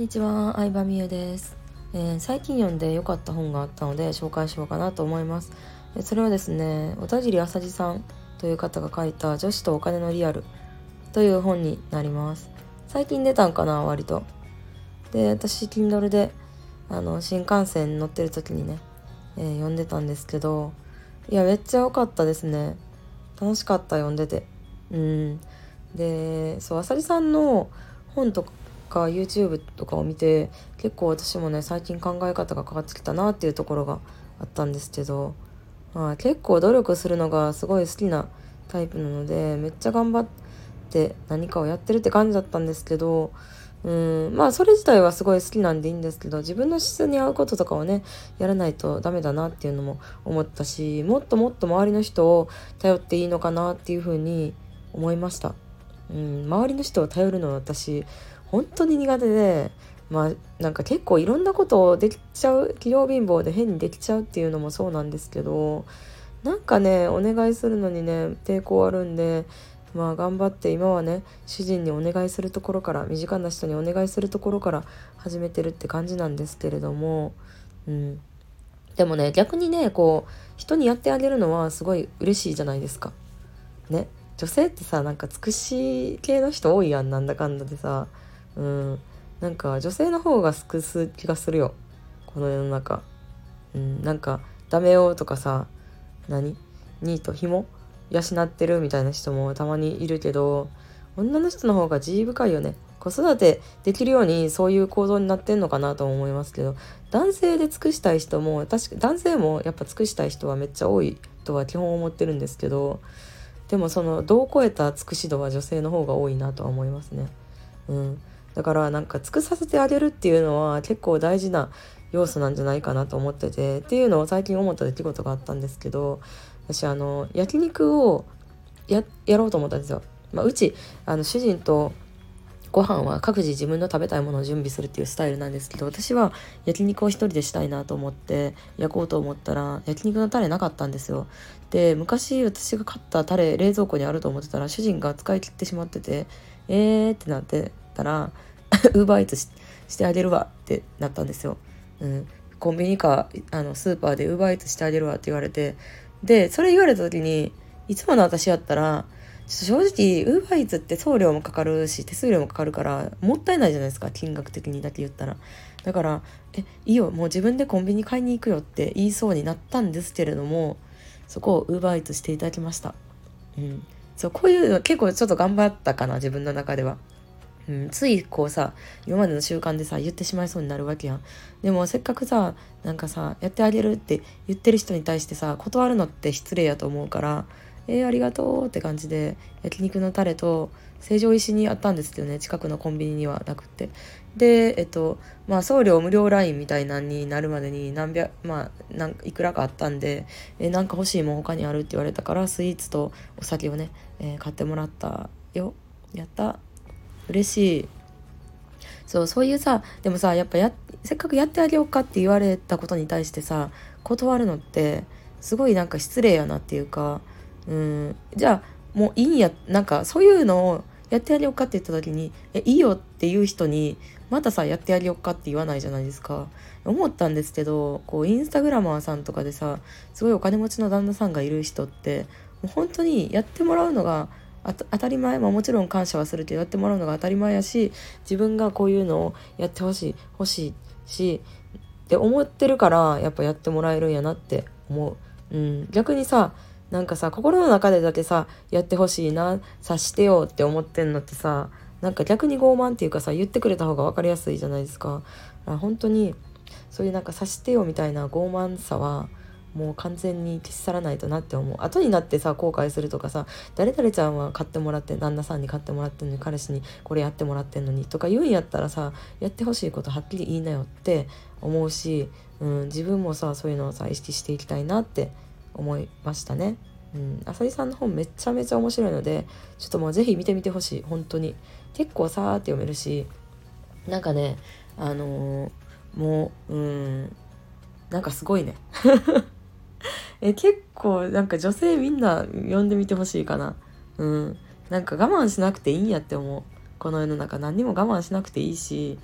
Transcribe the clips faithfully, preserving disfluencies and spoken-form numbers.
んにちは、相葉美優です、えー、最近読んで良かった本があったので紹介しようかなと思います。それはですね、小田切あさじさんという方が書いた女子とお金のリアルという本になります。最近出たんかな、割と。で、私 Kindle であの新幹線に乗ってる時にね、えー、読んでたんですけど、いやめっちゃ良かったですね。楽しかった、読んでて。うんで、そう、あさりさんの本とか YouTube とかを見て、結構私もね、最近考え方が変わってきたなっていうところがあったんですけど、まあ、結構努力するのがすごい好きなタイプなので、めっちゃ頑張って何かをやってるって感じだったんですけど、うんまあそれ自体はすごい好きなんでいいんですけど、自分の質に合うこととかをねやらないとダメだなっていうのも思ったし、もっともっと周りの人を頼っていいのかなっていうふうに思いました。うん、周りの人を頼るのは私本当に苦手で、まあなんか結構いろんなことをできちゃう、器用貧乏で変にできちゃうっていうのもそうなんですけど、なんかねお願いするのにね抵抗あるんで、まあ頑張って今はね主人にお願いするところから、身近な人にお願いするところから始めてるって感じなんですけれども、うんでもね逆にねこう人にやってあげるのはすごい嬉しいじゃないですかね。女性ってさ、なんか尽くし系の人多いやん、なんだかんだでさ。うんなんか女性の方が尽くす気がするよ、この世の中。うんなんかダメ男とかさ、何ニート紐養ってるみたいな人もたまにいるけど、女の人の方が慈悲深いよね。子育てできるようにそういう構造になってんのかなと思いますけど、男性で尽くしたい人も確か、男性もやっぱ尽くしたい人はめっちゃ多いとは基本思ってるんですけど、でもその度を超えた尽くし度は女性の方が多いなとは思いますね。うん、だからなんか尽くさせてあげるっていうのは結構大事な要素なんじゃないかなと思ってて、っていうのを最近思った出来事があったんですけど、私あの焼肉をややろうと思ったんですよ。まあ、うちあの主人とご飯は各自自分の食べたいものを準備するっていうスタイルなんですけど、私は焼肉を一人でしたいなと思って焼こうと思ったら焼肉のタレなかったんですよ。で、昔私が買ったタレ冷蔵庫にあると思ってたら主人が使い切ってしまってて、えーってなってたらウーバーイーツししてあげるわってなったんですよ。うん、コンビニかあのスーパーでウーバーイーツしてあげるわって言われて、でそれ言われた時に、いつもの私やったらちょっと正直ウーバーイーツって送料もかかるし手数料もかかるからもったいないじゃないですか、金額的にだけ言ったら。だからえいいよ、もう自分でコンビニ買いに行くよって言いそうになったんですけれども、そこをウーバーイーツしていただきました。うんそう、こういうの結構ちょっと頑張ったかな、自分の中では。うん、ついこうさ、今までの習慣でさ言ってしまいそうになるわけやん。でもせっかくさ、なんかさやってあげるって言ってる人に対してさ断るのって失礼やと思うから、えー、ありがとうって感じで焼肉のタレと成城石にあったんですけどね、近くのコンビニにはなくって。でえっとまあ送料無料ラインみたいなんになるまでに何百まあなんいくらかあったんで、えー、なんか欲しいもん他にあるって言われたからスイーツとお酒をね、えー買ってもらったよ。やった嬉しい。そうそういうさ、でもさやっぱやせっかくやってあげようかって言われたことに対してさ断るのってすごいなんか失礼やなっていうか、うんじゃあもういいんや、なんかそういうのをやってあげようかって言った時にえいいよっていう人にまたさやってあげようかって言わないじゃないですか。思ったんですけど、こうインスタグラマーさんとかでさすごいお金持ちの旦那さんがいる人ってもう本当にやってもらうのがあた当たり前、まあ、もちろん感謝はするけどやってもらうのが当たり前やし、自分がこういうのをやってほしい欲しいしって思ってるからやっぱやってもらえるんやなって思う。うん、逆にさなんかさ心の中でだけさやってほしいな、察してよって思ってんのってさ、なんか逆に傲慢っていうかさ言ってくれた方が分かりやすいじゃないですか。あ本当にそういうなんか察してよみたいな傲慢さはもう完全に消し去らないとなって思う。後になってさ後悔するとかさ、誰々ちゃんは買ってもらって旦那さんに買ってもらってんのに彼氏にこれやってもらってんのにとか言うんやったらさ、やってほしいことはっきり言いなよって思うし、うん、自分もさそういうのをさ意識していきたいなって思いましたね。うん、あさりさんの本めちゃめちゃ面白いのでちょっともうぜひ見てみてほしい。本当に結構さーって読めるし、なんかねあのー、もううんなんかすごいねえ結構なんか女性みんな読んでみてほしいかな。うんなんか我慢しなくていいんやって思う。この世の中何にも我慢しなくていいし、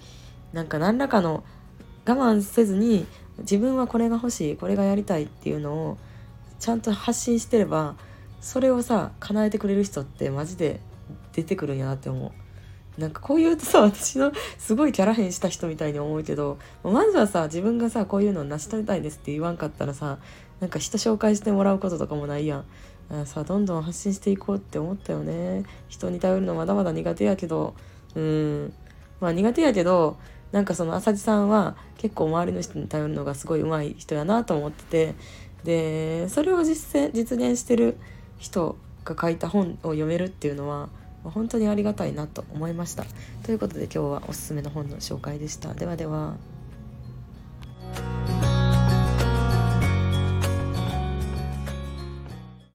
なんか何らかの我慢せずに自分はこれが欲しい、これがやりたいっていうのをちゃんと発信してれば、それをさ叶えてくれる人ってマジで出てくるんやなって思う。なんかこういうとさ、私のすごいキャラ変した人みたいに思うけど、まずはさ自分がさこういうのを成し遂げたいですって言わんかったらさ、なんか人紹介してもらうこととかもないやん。だからさ、どんどん発信していこうって思ったよね。人に頼るのまだまだ苦手やけど、うーんまあ苦手やけど、なんかその浅地さんは結構周りの人に頼るのがすごい上手い人やなと思ってて、でそれを実践実現してる人が書いた本を読めるっていうのは本当にありがたいなと思いました。ということで今日はおすすめの本の紹介でした。ではでは。